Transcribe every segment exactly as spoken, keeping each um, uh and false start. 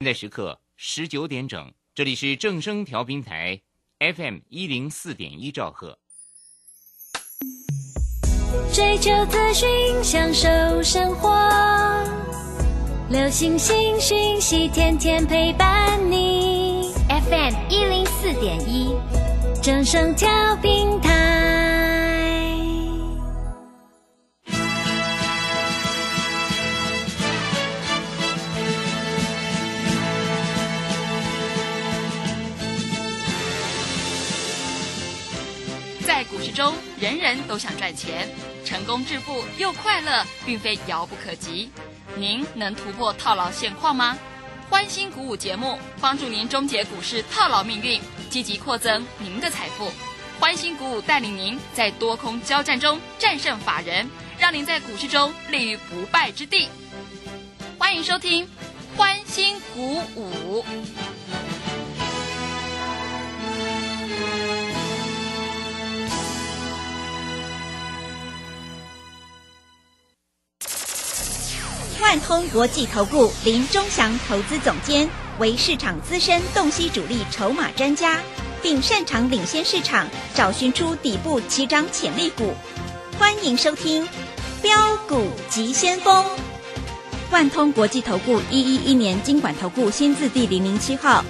现在时刻十九点整，这里是正声调频台 F M 一零四点一兆赫。 追求资讯，享受生活，流行新讯息，天天陪伴你。F M 一零四点一，正声调频台。 在股市中，人人都想赚钱，成功致富又快乐，并非遥不可及。您能突破套牢现况吗？欢欣鼓舞节目帮助您终结股市套牢命运，积极扩增您的财富。欢欣鼓舞带领您在多空交战中战胜法人，让您在股市中立于不败之地。欢迎收听欢欣鼓舞。 万通国际投顾林钟祥投资总监为市场资深洞悉主力筹码专家，并擅长领先市场，找寻出底部起涨潜力股。欢迎收听标股急先锋。万通国际投顾一一一年金管投顾新字第零零七号。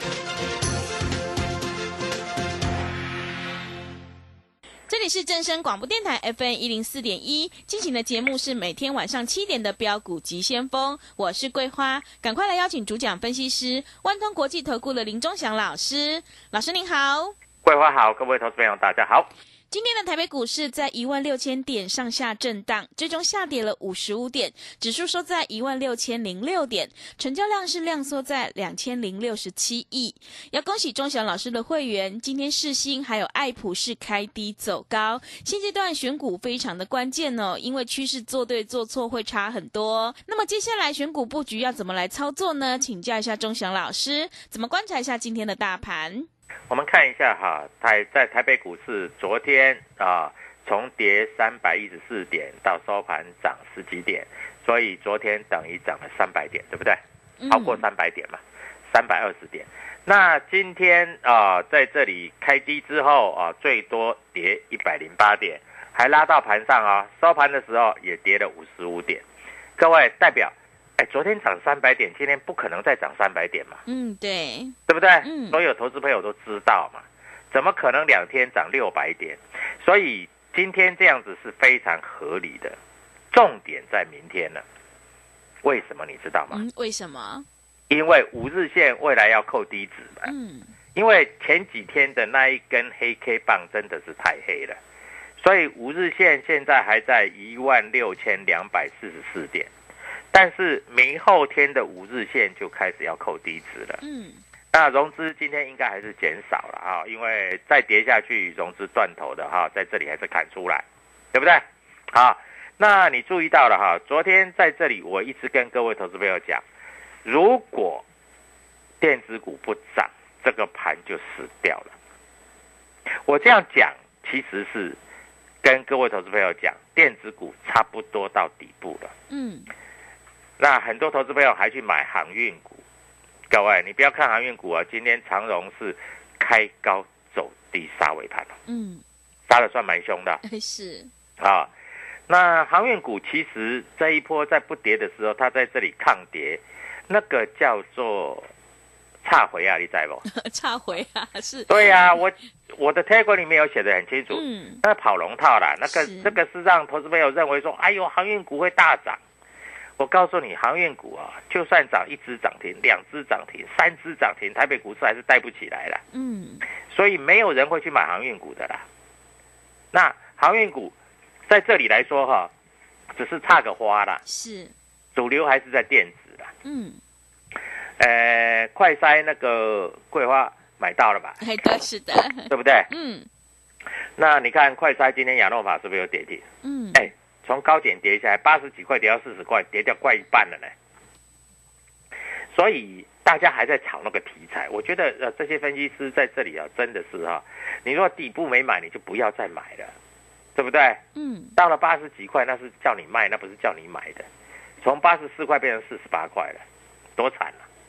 这里是正声广播电台 F M 一零四点一，进行的节目是每天晚上七点的标股急先锋，我是桂花，赶快来邀请主讲分析师万通国际投顾的林钟祥老师。老师您好。 桂花好，各位投资朋友大家好。 今天的台北股市在一万六千点上下震荡，最终下跌了五十五点，指数收在一万六千零六点，成交量是量缩在两千零六十七亿。要恭喜钟祥老师的会员，今天世新还有爱普是开低走高。现阶段选股非常的关键哦，因为趋势做对做错会差很多。那么接下来选股布局要怎么来操作呢？请教一下钟祥老师，怎么观察一下今天的大盘？ 我们看一下哈，台在台北股市昨天啊，从跌三百一十四点到收盘涨十几点，所以昨天等于涨了三百点，对不对？超过三百点嘛，三百二十点。那今天啊，在这里开低之后啊，最多跌一百零八点，还拉到盘上啊，收盘的时候也跌了五十五点。各位代表。哎，昨天涨三百点，今天不可能再涨三百点嘛？ 嗯，对， 对不对？ 嗯， 所有投资朋友都知道嘛，怎么可能两天涨六百点？所以今天这样子是非常合理的。重点在明天了，为什么你知道吗？ 嗯，为什么？ 因为五日线未来要扣低值嘛。 嗯， 因为前几天的那一根黑 K 棒真的是太黑了，所以五日线现在还在一万六千两百四十四点。但是明后天的五日线就开始要扣低值了。 嗯， 那融资今天应该还是减少了哈，因为再跌下去融资断头的哈，在这里还是砍出来，对不对？好，那你注意到了哈，昨天在这里我一直跟各位投资朋友讲，如果电子股不涨，这个盘就死掉了。我这样讲其实是跟各位投资朋友讲，电子股差不多到底部了。 嗯。 那很多投资朋友还去买航运股，各位你不要看航运股啊，今天长荣是开高走低杀尾盘了， 嗯， 杀的算蛮凶的， 是啊。那航运股其实这一波在不跌的时候，它在这里抗跌，那个叫做差回啊，你知不？ 差回啊，是。 对呀、啊，我我的 Telegram 里面有写得很清楚， 嗯， 那跑龙套啦，那个这个是让投资朋友认为说，哎呦，航运股会大涨。我告诉你，航运股啊，就算涨一只涨停、两只涨停、三只涨停，台北股市还是带不起来了。 嗯， 所以没有人会去买航运股的啦。那航运股在这里来说哈，只是差个花啦。 是， 主流还是在电子啦。 嗯， 呃，快筛那个桂花买到了吧？ 哎，对，是的， 对不对？ 嗯。 那你看快筛今天亚诺法是不是有跌停？ 嗯， 哎。从高点跌下来，八十几块跌到四十块，跌掉快一半了呢。所以大家还在炒那个题材，我觉得呃这些分析师在这里啊，真的是哈、啊，你如果底部没买，你就不要再买了，对不对？ 嗯， 到了八十几块，那是叫你卖，那不是叫你买的。从八十四块变成四十八块了，多惨了、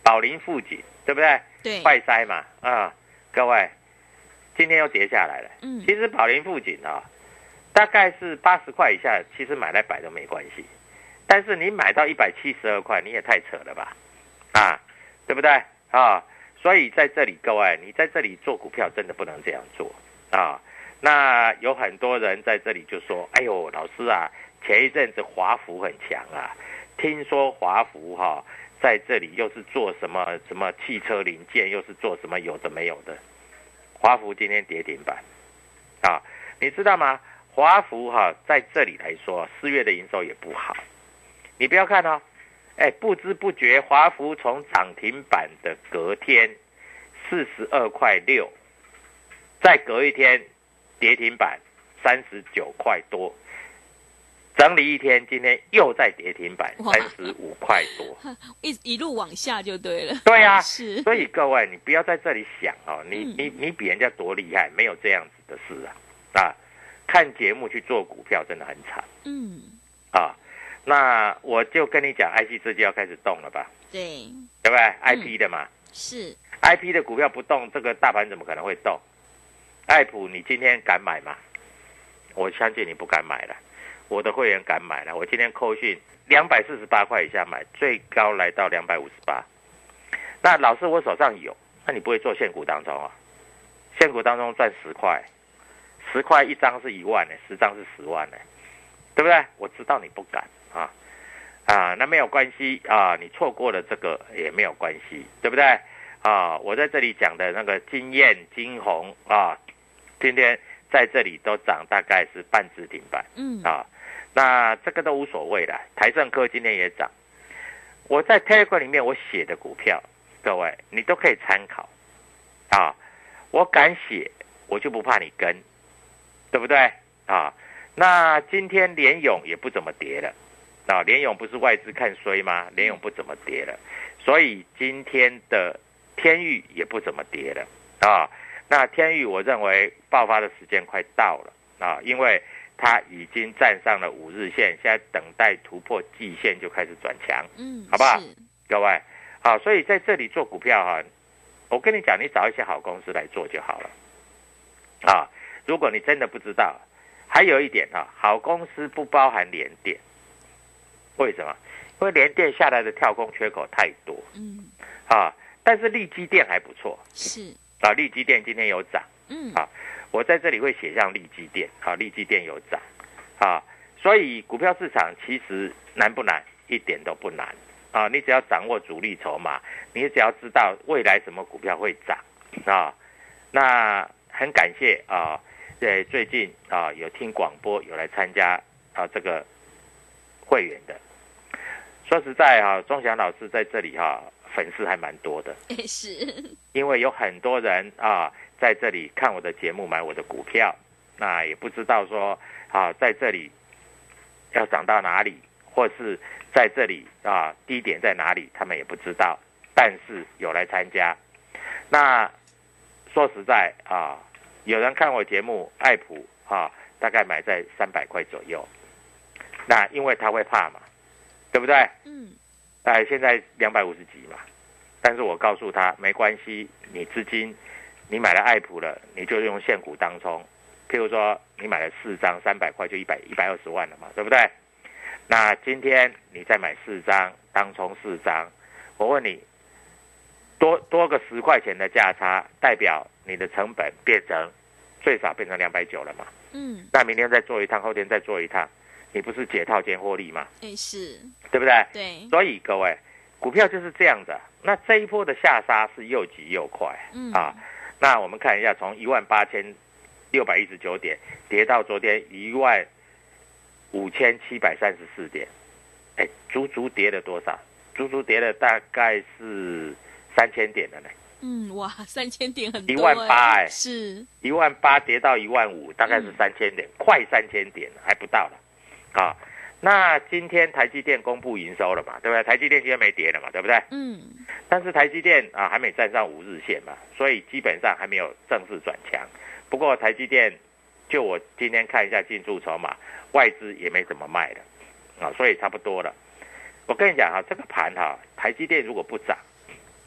宝林富锦，对不对？ 对， 快筛嘛，啊，各位，今天又跌下来了。 嗯， 其实宝林富锦啊，大概是八十块以下，其实买来摆都没关系。但是你买到一百七十二块，你也太扯了吧，啊，对不对啊？所以在这里，各位，你在这里做股票真的不能这样做啊。那有很多人在这里就说：“哎呦，老师啊，前一阵子华孚很强啊，听说华孚哈、啊、在这里又是做什么什么汽车零件，又是做什么有的没有的。”华孚今天跌停板啊，你知道吗？华孚哈、啊、在这里来说，四月的营收也不好。你不要看哦，哎，不知不觉华孚从涨停板的隔天四十二块六，再隔一天跌停板三十九块多，整理一天，今天又在跌停板三十五块多， 一一路往下就对了。 对啊， 是。 所以各位，你不要在这里想哦，你、 嗯、 你你比人家多厉害，没有这样子的事啊啊！看节目去做股票真的很惨， 嗯啊。那我就跟你讲 ，I C 设计要开始动了吧？ 对， 对不对、嗯、？I P 的嘛， 是 I P 的股票不动，这个大盘怎么可能会动？爱普，你今天敢买吗？我相信你不敢买了。我的会员敢买了，我今天扣讯两百四十八块以下买，最高来到两百五十八。那老师，我手上有，那你不会做现股当中啊？现股当中赚十块，十块一张是一万呢，十张是十万呢，对不对？我知道你不敢。啊啊，那没有关系啊，你错过了这个也没有关系，对不对？啊，我在这里讲的那个金燕、金鸿啊，今天在这里都涨大概是半只停板， 嗯啊，那这个都无所谓了。台政科今天也涨，我在 Telegram 里面我写的股票，各位你都可以参考啊，我敢写，我就不怕你跟，对不对？啊，那今天联咏也不怎么跌了。啊，联咏不是外资看衰吗？联咏不怎么跌了，所以今天的天钰也不怎么跌了啊。那天钰我认为爆发的时间快到了啊，因为它已经站上了五日线，现在等待突破季线就开始转强， 嗯， 好不好？各位，好，所以在这里做股票哈、啊，我跟你讲，你找一些好公司来做就好了啊。如果你真的不知道，还有一点啊，好公司不包含联电。为什么？因为联电下来的跳空缺口太多， 嗯， 啊，但是力积电还不错， 是啊，力积电今天有涨， 嗯， 啊，我在这里会写上力积电，啊，力积电有涨，啊，所以股票市场其实难不难？一点都不难，啊，你只要掌握主力筹码，你只要知道未来什么股票会涨，啊，那很感谢啊，在最近啊有听广播有来参加啊这个会员的。说实在哈、啊，钟祥老师在这里哈、啊，粉丝还蛮多的， 是， 因为有很多人啊在这里看我的节目，买我的股票，那也不知道说啊在这里要涨到哪里，或是在这里啊低点在哪里，他们也不知道，但是有来参加。那说实在啊，有人看我节目，爱普啊大概买在三百块左右，那因为他会怕嘛。对不对？ 嗯， 哎，现在两百五十几嘛，但是我告诉他没关系，你资金你买了爱普了，你就用现股当冲，譬如说你买了四张，三百块就一百一百二十万了嘛，对不对？那今天你再买四张，当冲四张，我问你，多多个十块钱的价差，代表你的成本变成最少变成两百九了嘛？ 嗯， 那明天再做一趟，后天再做一趟。你不是解套兼获利吗？ 哎，是， 对不对？ 对， 所以各位，股票就是这样子。那这一波的下杀是又急又快， 嗯啊，那我们看一下，从一万八千六百一十九点跌到昨天一万五千七百三十四点，哎，足足跌了多少？足足跌了大概是三千点了呢。 嗯，哇，三千点很多， 一万八哎， 是一万八跌到一万五，大概是三千点，嗯、快三千点还不到了。啊，那今天台积电公布营收了嘛，对不对？台积电今天没跌了嘛，对不对？ 嗯。 但是台积电啊还没站上五日线嘛，所以基本上还没有正式转强。不过台积电，就我今天看一下进驻筹码，外资也没怎么卖的，啊，所以差不多了。我跟你讲哈、啊，这个盘哈、啊，台积电如果不涨，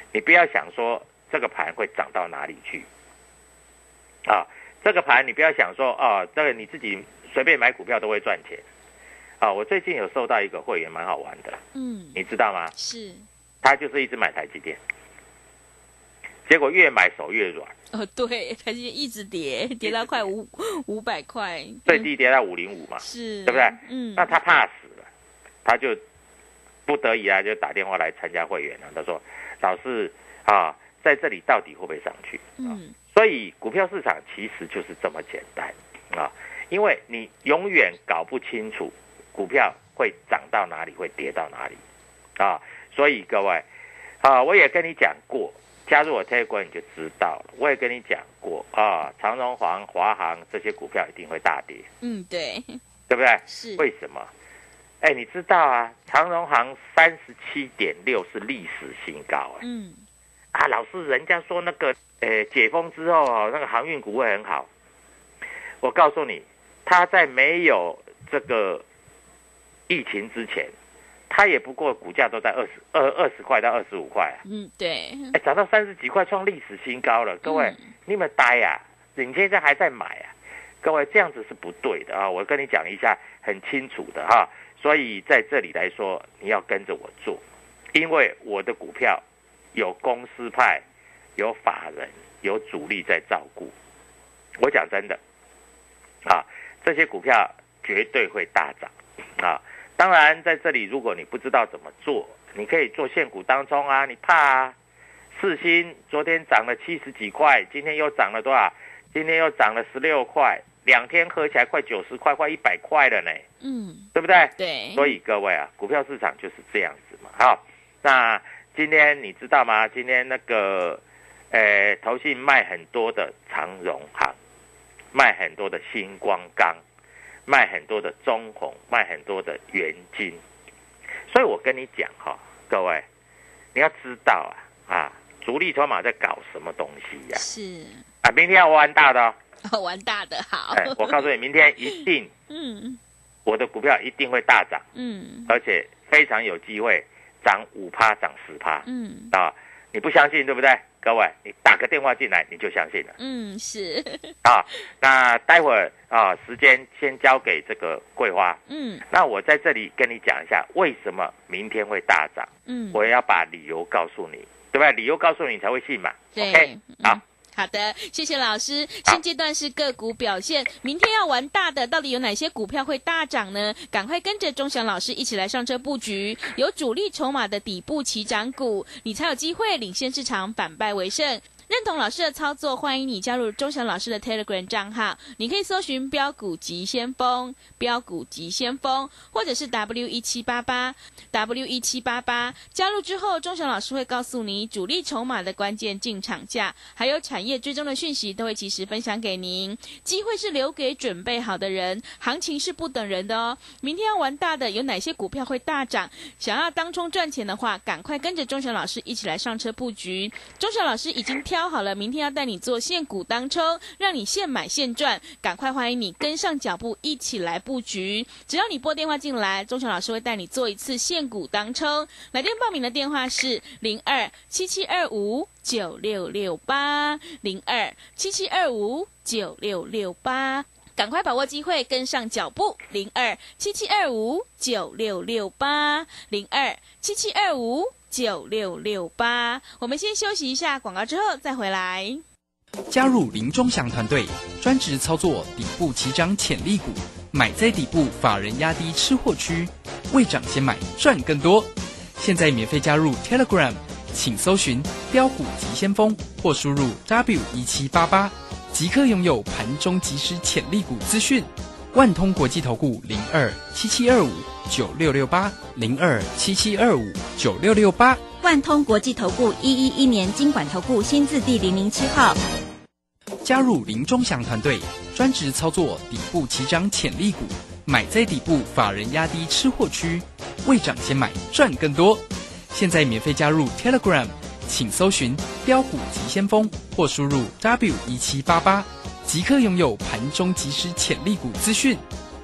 你不要想说这个盘会涨到哪里去啊，这个盘你不要想说哦，这个你自己随便买股票都会赚钱啊。我最近有收到一个会员蛮好玩的，嗯，你知道吗？ 是， 他就是一直买台积电，结果越买手越软。 哦，对，台积电一直跌，跌到快五五百块， 最低跌到五零五嘛， 是， 对不对？ 嗯， 那他怕死了，他就不得已啊，就打电话来参加会员了。他说：“老师啊，在这里到底会不会上去？”嗯，所以股票市场其实就是这么简单啊，因为你永远搞不清楚股票会涨到哪里，会跌到哪里啊。所以各位啊，我也跟你讲过。加入我 Telegram 你就知道了。我也跟你讲过啊，长荣航、华航这些股票一定会大跌。 嗯，对， 对不对？ 是。 为什么？哎，你知道啊，长荣航三十七点六是历史新高哎。嗯。啊，老师，人家说那个呃解封之后哦，那个航运股会很好。我告诉你，它在没有这个疫情之前。它也不过股价都在二十二二十块到二十五块啊， 嗯，对， 哎，涨到三十几块，创历史新高了。各位，嗯、你们呆呀、啊？你现在还在买啊？各位，这样子是不对的啊！我跟你讲一下，很清楚的哈。所以在这里来说，你要跟着我做，因为我的股票有公司派，有法人，有主力在照顾。我讲真的，啊，这些股票绝对会大涨啊！当然，在这里如果你不知道怎么做，你可以做现股当中啊，你怕啊？世芯昨天涨了七十几块，今天又涨了多少？今天又涨了十六块，两天合起来快九十块，快一百块了呢。嗯，对不对？ 对。 所以各位啊，股票市场就是这样子嘛。好，那今天你知道吗？今天那个呃，投信卖很多的长荣航，卖很多的新光钢。卖很多的中红，卖很多的元金，所以我跟你讲哈、哦，各位，你要知道啊啊，主力筹码在搞什么东西呀、啊？ 是啊，明天要玩大的哦， 哦玩大的好。 哎，我告诉你，明天一定，嗯，我的股票一定会大涨，嗯，而且非常有机会涨五趴，涨十趴，嗯啊，你不相信对不对？各位，你打个电话进来，你就相信了。 嗯，是啊，那待会儿啊，时间先交给这个桂花。嗯，那我在这里跟你讲一下，为什么明天会大涨。嗯，我也要把理由告诉你，对吧？理由告诉你，你才会信嘛。 对 ，OK， 好。嗯好的，谢谢老师。现阶段是个股表现，明天要玩大的，到底有哪些股票会大涨呢？赶快跟着钟祥老师一起来上车布局，有主力筹码的底部起涨股，你才有机会领先市场，反败为胜。认同老师的操作，欢迎你加入钟祥老师的 Telegram 账号，你可以搜寻标股急先锋、标股急先锋，或者是 W 一七八八 W 一七八八。加入之后，钟祥老师会告诉你主力筹码的关键进场价，还有产业追踪的讯息，都会及时分享给您。机会是留给准备好的人，行情是不等人的哦。明天要玩大的，有哪些股票会大涨？想要当冲赚钱的话，赶快跟着钟祥老师一起来上车布局。钟祥老师已经挑好了，明天要带你做现股当冲，让你现买现赚，赶快欢迎你跟上脚步一起来布局。只要你拨电话进来，钟祥老师会带你做一次现股当冲。来电报名的电话是零二七七二五九六六八零二七七二五九六六八，赶快把握机会，跟上脚步。零二七七二五九六六八零二七七二五九六六八。我们先休息一下广告，之后再回来。 加入林钟祥团队，专职操作底部起涨潜力股，买在底部，法人压低吃货区，未涨先买赚更多。现在免费加入 Telegram， 请搜寻标股急先锋或输入 W 一七八八，即刻拥有盘中即时潜力股资讯。万通国际投顾零二七七二五九六六八零二七七二五九六六八。 万通国际投顾一一一年金管投顾新字第零零七号。 加入林钟祥团队，专职操作底部起涨潜力股，买在底部，法人压低吃货区，未涨先买赚更多。现在免费加入 Telegram， 请搜寻标股急先锋或输入 W 一七八八，即刻拥有盘中即时潜力股资讯。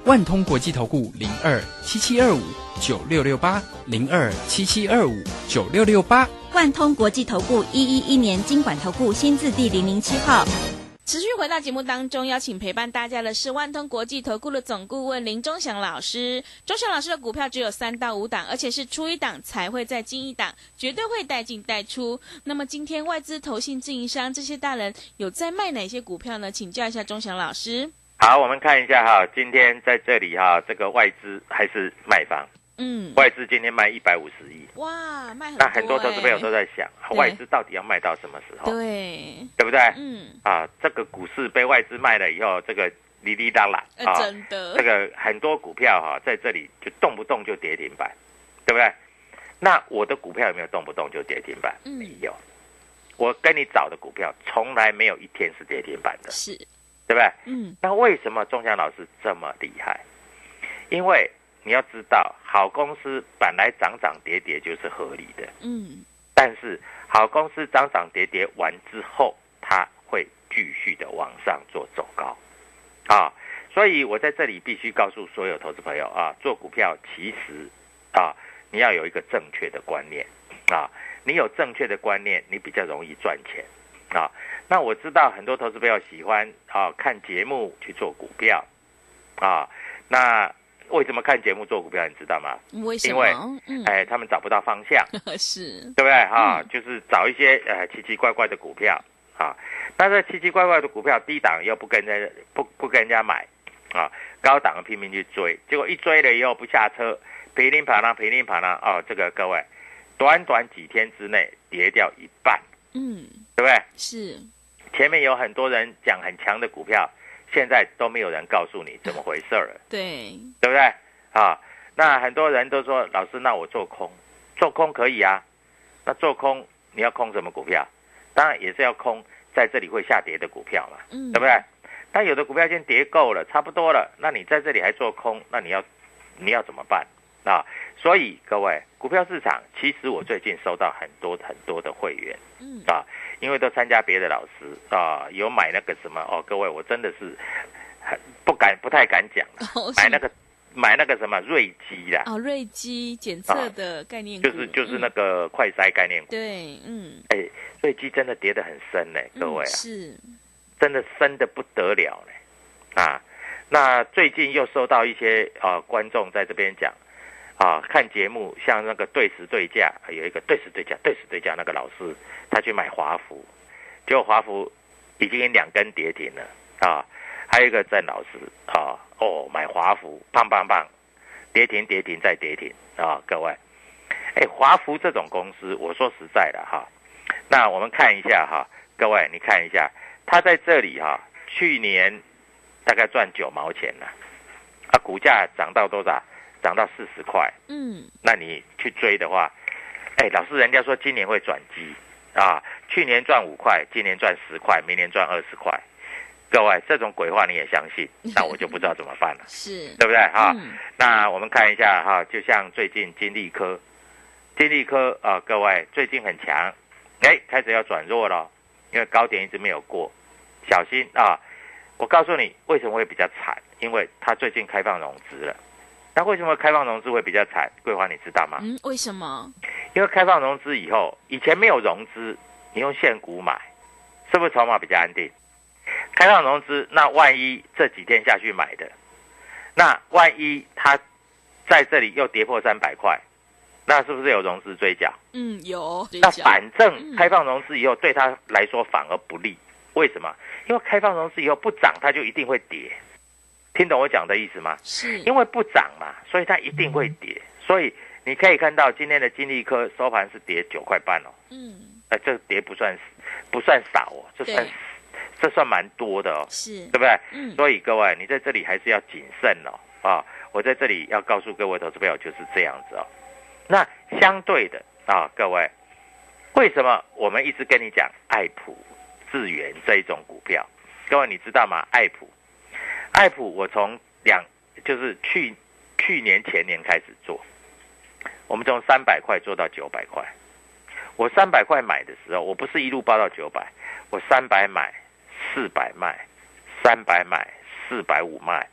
万通国际投顾零二七七二五九六六八零二七七二五九六六八。 万通国际投顾一一一年金管投顾新字第零零七号。 持续回到节目当中，邀请陪伴大家的是万通国际投顾的总顾问林钟祥老师。钟祥老师的股票只有三到五档，而且是出一档才会再进一档，绝对会带进带出。那么今天外资、投信、自营商这些大人有在卖哪些股票呢？请教一下钟祥老师。 好，我们看一下哈，今天在这里哈，这个外资还是卖方。 嗯， 外资今天卖一百五十亿， 哇，卖很多、欸。 那很多投资朋友都在想，外资到底要卖到什么时候？ 对， 对不对？ 嗯， 啊，这个股市被外资卖了以后，这个哩哩啦啦啊，真的， 这个很多股票哈、啊，在这里就动不动就跌停板，对不对？那我的股票有没有动不动就跌停板？ 嗯， 没有。我跟你找的股票从来没有一天是跌停板的， 是， 对不对？ 嗯， 那为什么钟祥老师这么厉害？因为你要知道，好公司本来涨涨跌跌就是合理的， 嗯， 但是好公司涨涨跌跌完之后，它会继续的往上做走高，啊，所以我在这里必须告诉所有投资朋友啊，做股票其实啊，你要有一个正确的观念啊，你有正确的观念，你比较容易赚钱啊。那我知道很多投资朋友喜欢啊看节目去做股票啊，那为什么看节目做股票？你知道吗？ 为什么？ 因为， 嗯、 哎，他们找不到方向， 是， 对不对？哈、 嗯， 就是找一些呃奇奇怪怪的股票啊。那这奇奇怪怪的股票，低档又不跟人家不不跟人家买啊，高档拼命去追，结果一追了以后不下车，噼里啪啦噼里啪啦哦，这个各位，短短几天之内跌掉一半， 嗯， 对不对？ 是， 前面有很多人讲很强的股票。现在都没有人告诉你怎么回事了， 对， 对不对？啊，那很多人都说，老师，那我做空，做空可以啊。那做空你要空什么股票？当然也是要空在这里会下跌的股票嘛， 嗯， 对不对？但有的股票已经跌够了，差不多了，那你在这里还做空，那你要你要怎么办啊？所以各位，股票市场其实我最近收到很多很多的会员， 嗯啊。因为都参加别的老师啊，有买那个什么哦，各位我真的是很不敢不太敢讲、 哦、 买那个买那个什么瑞基啦， 哦，瑞基检测的概念股、 啊，就是就是那个快筛概念股， 嗯、对，嗯， 哎，瑞基真的跌得很深呢，各位啊， 嗯、是， 真的深得不得了呢，啊，那最近又收到一些啊观众在这边讲啊，看节目像那个对时对价，有一个对时对价对时对价那个老师。他去买华孚，结果华孚已经两根跌停了啊！还有一个郑老师啊，哦，买华孚，棒棒棒，跌停跌停再跌停啊！各位，哎，华孚这种公司，我说实在的哈，那我们看一下哈，各位你看一下，他在这里哈，去年大概赚九毛钱了，啊，股价涨到多少？涨到四十块， 嗯， 那你去追的话，哎，老师人家说今年会转机。啊，去年赚五块，今年赚十块，明年赚二十块，各位这种鬼话你也相信，那我就不知道怎么办了， 是， 对不对哈、 嗯？ 那我们看一下哈，就像最近金利科，金利科啊，各位最近很强，哎，开始要转弱了，因为高点一直没有过，小心啊！我告诉你为什么会比较惨，因为它最近开放融资了。那为什么开放融资会比较惨？桂花你知道吗？ 嗯，为什么？ 因为开放融资以后，以前没有融资，你用现股买，是不是筹码比较安定？开放融资，那万一这几天下去买的，那万一它在这里又跌破三百块，那是不是有融资追缴？ 嗯，有。 那反正开放融资以后对他来说反而不利，为什么？因为开放融资以后不涨，它就一定会跌。听懂我讲的意思吗？ 是， 因为不涨嘛，所以它一定会跌。所以你可以看到今天的金利科收盘是跌九块半哦。 嗯， 呃，这跌不算不算少哦，这算这算蛮多的哦， 是， 对不对？ 嗯， 所以各位，你在这里还是要谨慎哦。啊，我在这里要告诉各位投资朋友就是这样子哦。那相对的啊，各位，为什么我们一直跟你讲爱普、智原这一种股票？各位你知道吗？爱普。爱普，我从两就是去去年前年开始做，我们从三百块做到九百块。我三百块买的时候，我不是一路报到九百，我三百买，四百卖，三百买，四百五卖，三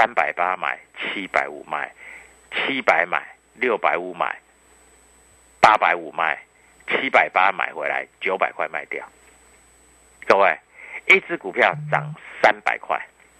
三百八买，七百五卖，七百买，六百五买，八百五卖，七百八买回来，九百块卖掉。各位，一只股票涨三百块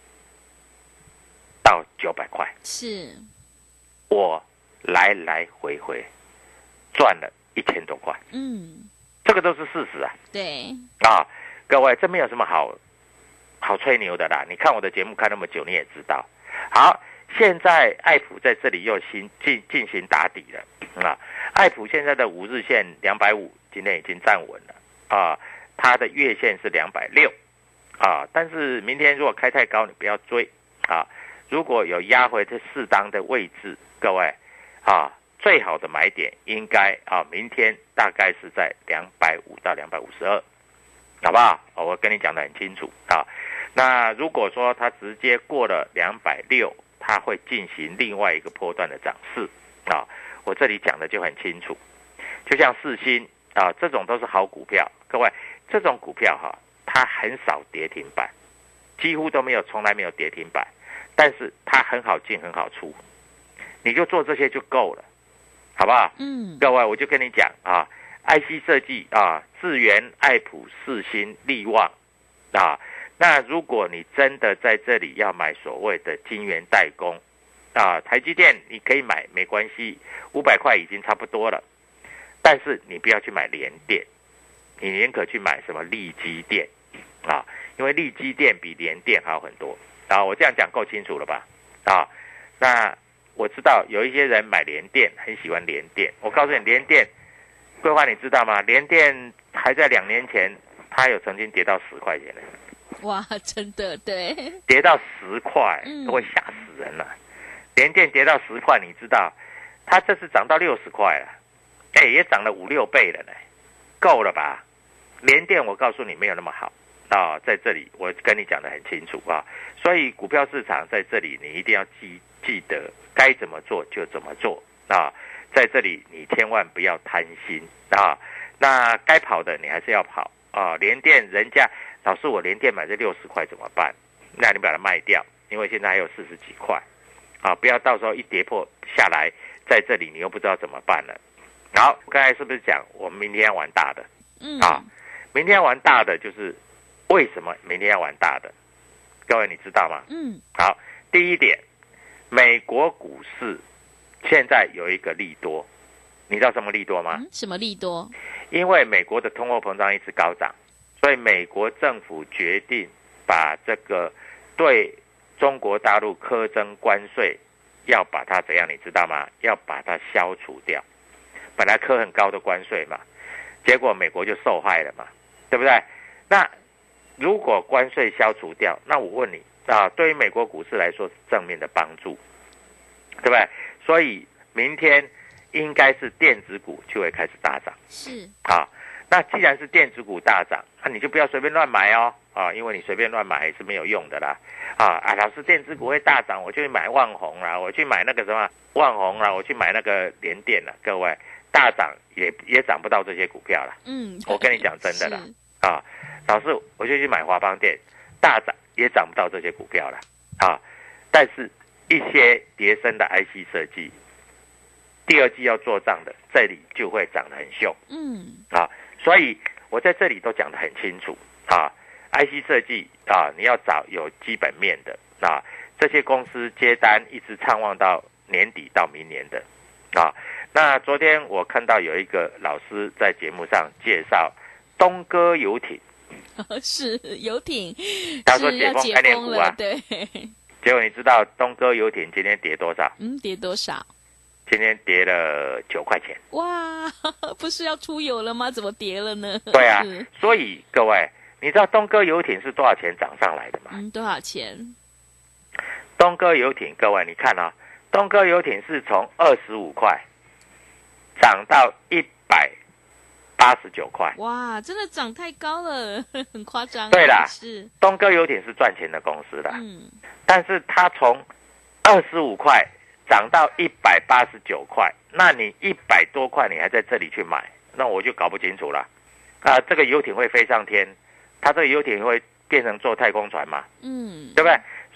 到九百块， 是我来来回回赚了一千多块。 嗯， 这个都是事实啊。 对啊，各位，这没有什么好好吹牛的啦。你看我的节目看那么久，你也知道。好，现在爱普在这里又新进进行打底了啊。爱普现在的五日线两百五，今天已经站稳了啊。它的月线是两百六啊，但是明天如果开太高，你不要追啊。如果有压回这适当的位置，各位啊，最好的买点应该啊，明天大概是在两百五到两百五十二，好不好？我跟你讲得很清楚啊。那如果说它直接过了两百六，它会进行另外一个波段的涨势啊。我这里讲的就很清楚，就像世新啊，这种都是好股票，各位。这种股票哈，它很少跌停板，几乎都没有，从来没有跌停板，但是它很好进，很好出，你就做这些就够了，好不好？嗯，各位，我就跟你讲啊 ，I C 设计啊，智原、爱普、世新、力旺啊，那如果你真的在这里要买所谓的晶圆代工啊，台积电你可以买，没关系，五百块已经差不多了，但是你不要去买联电。你宁可去买什么力积电啊？因为力积电比联电好很多啊！我这样讲够清楚了吧？啊，那我知道有一些人买联电，很喜欢联电。我告诉你，联电，桂花你知道吗？联电还在两年前，它有曾经跌到十块钱的。 哇，真的对， 跌到十块，都会吓死人了。联电跌到十块，你知道，它这次涨到六十块了，哎，也涨了五六倍了呢，够了吧？联电我告诉你没有那么好啊，在这里我跟你讲得很清楚啊，所以股票市场在这里你一定要记记得该怎么做就怎么做啊，在这里你千万不要贪心啊，那该跑的你还是要跑啊。联电人家老师我联电买这六十块怎么办？那你把它卖掉，因为现在还有四十几块啊，不要到时候一跌破下来，在这里你又不知道怎么办了。好，刚才是不是讲我们明天要玩大的？嗯啊。明天要玩大的，就是为什么明天要玩大的？各位你知道吗？嗯，好，第一点，美国股市现在有一个利多，你知道什么利多吗？ 嗯、什么利多？ 因为美国的通货膨胀一直高涨，所以美国政府决定把这个对中国大陆苛征关税，要把它怎样？你知道吗？要把它消除掉。本来苛很高的关税嘛，结果美国就受害了嘛。对不对？那如果关税消除掉，那我问你啊，对于美国股市来说是正面的帮助，对不对？所以明天应该是电子股就会开始大涨。 是啊，那既然是电子股大涨，那你就不要随便乱买哦啊，因为你随便乱买是没有用的啦啊啊！老师，电子股会大涨，我去买旺宏啦，我去买那个什么旺宏啦，我去买那个联电啦，各位大涨也也涨不到这些股票啦。嗯，我跟你讲真的啦。啊，老师，我就去买华邦电，大涨也涨不到这些股票了啊。但是，一些跌升的 I C 设计，第二季要做账的，这里就会涨得很凶。嗯，啊，所以我在这里都讲得很清楚啊。I C 设计啊，你要找有基本面的啊，这些公司接单一直畅望到年底到明年的啊。那昨天我看到有一个老师在节目上介绍。东哥游艇是游艇， 他说解封概念股啊， 对。 结果你知道东哥游艇今天跌多少？ 嗯，跌多少？ 今天跌了九块钱。 哇，不是要出游了吗？怎么跌了呢？ 对啊，所以各位，你知道东哥游艇是多少钱涨上来的吗？ 嗯，多少钱？ 东哥游艇，各位你看啊，东哥游艇是从二十五块涨到一百。八十九块， 哇，真的涨太高了，很夸张。 对啦， 是东哥游艇是赚钱的公司啦，嗯，但是它从二十五块涨到一百八十九块，那你一百多块你还在这里去买，那我就搞不清楚了。啊、呃，这个游艇会飞上天，它这个游艇会变成坐太空船嘛？嗯，对不对？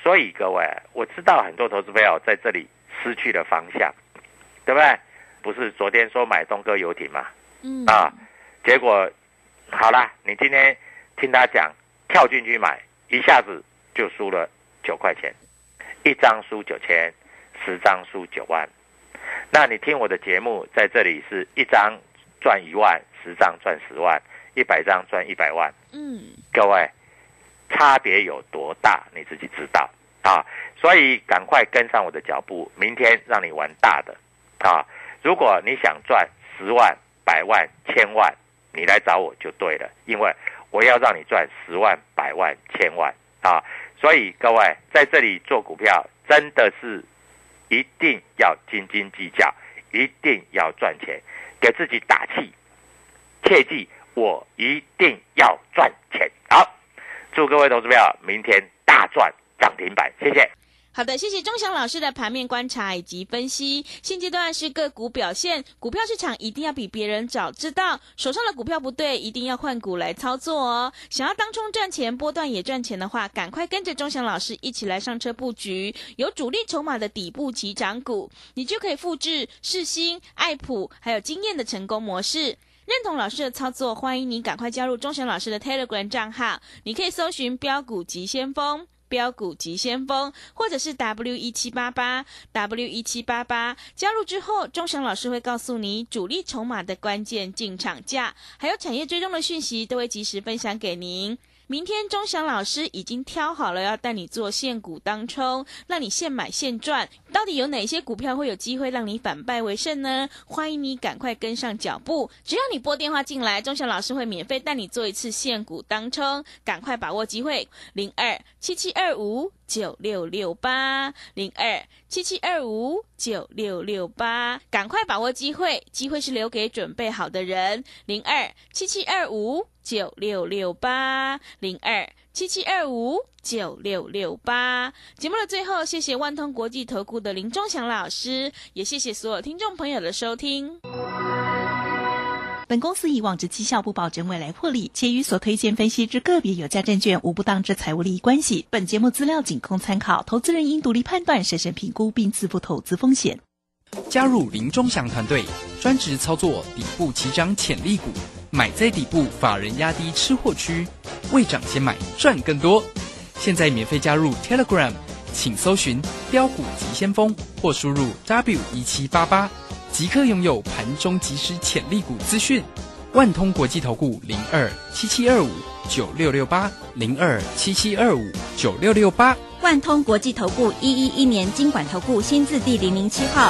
所以各位，我知道很多投资朋友在这里失去了方向，对不对？不是昨天说买东哥游艇嘛？ 嗯啊，结果好啦，你今天听他讲跳进去买，一下子就输了九块钱，一张输九千，十张输九万。那你听我的节目，在这里是一张赚一万，十张赚十万，一百张赚一百万。 嗯， 各位，差别有多大，你自己知道啊。所以赶快跟上我的脚步，明天让你玩大的啊！如果你想赚十万、百万、千万，你来找我就对了，因为我要让你赚十万、百万、千万啊！所以各位在这里做股票，真的是一定要斤斤计较，一定要赚钱，给自己打气，切记我一定要赚钱。好，祝各位投资票明天大赚涨停板，谢谢。 好的，谢谢钟祥老师的盘面观察以及分析。现阶段是个股表现，股票市场一定要比别人早知道，手上的股票不对，一定要换股来操作哦。想要当冲赚钱，波段也赚钱的话，赶快跟着钟祥老师一起来上车布局，有主力筹码的底部起涨股，你就可以复制世新、爱普还有经验的成功模式。认同老师的操作，欢迎你赶快加入钟祥老师的 Telegram 账号，你可以搜寻标股急先锋。标股急先锋，或者是 W 一七八八 W 一七八八， 加入之后，钟祥老师会告诉你主力筹码的关键进场价，还有产业追踪的讯息，都会及时分享给您。明天钟祥老师已经挑好了要带你做现股当冲，让你现买现赚。到底有哪些股票会有机会让你反败为胜呢？欢迎你赶快跟上脚步，只要你拨电话进来，钟祥老师会免费带你做一次现股当冲，赶快把握机会。零二七七二五九六六八 零二七七二五九六六八，赶快把握机会，机会是留给准备好的人。零二七七二五九六六八 零二七七二五九六六八。节目的最后，谢谢万通国际投顾的林钟祥老师，也谢谢所有听众朋友的收听。 本公司以往之绩效不保证未来获利，且与所推荐分析之个别有价证券无不当之财务利益关系。本节目资料仅供参考，投资人应独立判断、审慎评估并自负投资风险。 加入林钟祥团队，专职操作底部起涨潜力股，买在底部，法人压低吃货区，未涨先买赚更多。现在免费加入 Telegram， 请搜寻标股急先锋或输入 W 一七八八，即刻拥有盘中即时潜力股资讯。万通国际投顾零二七七二五九六六八 零二七七二五九六六八。 万通国际投顾一一一年金管投顾新字第零零七号。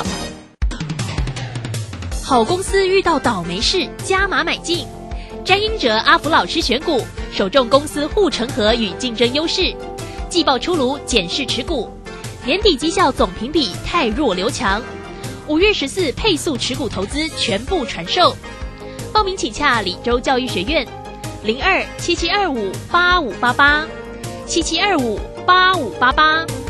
好公司遇到倒霉事，加码买进。詹英哲阿福老师选股，首重公司护城河与竞争优势。季报出炉，检视持股。年底绩效总评比太弱留强。五月十四配速持股投资全部传授。报名请洽李州教育学院零二七七二五八五八八七七二五八五八八。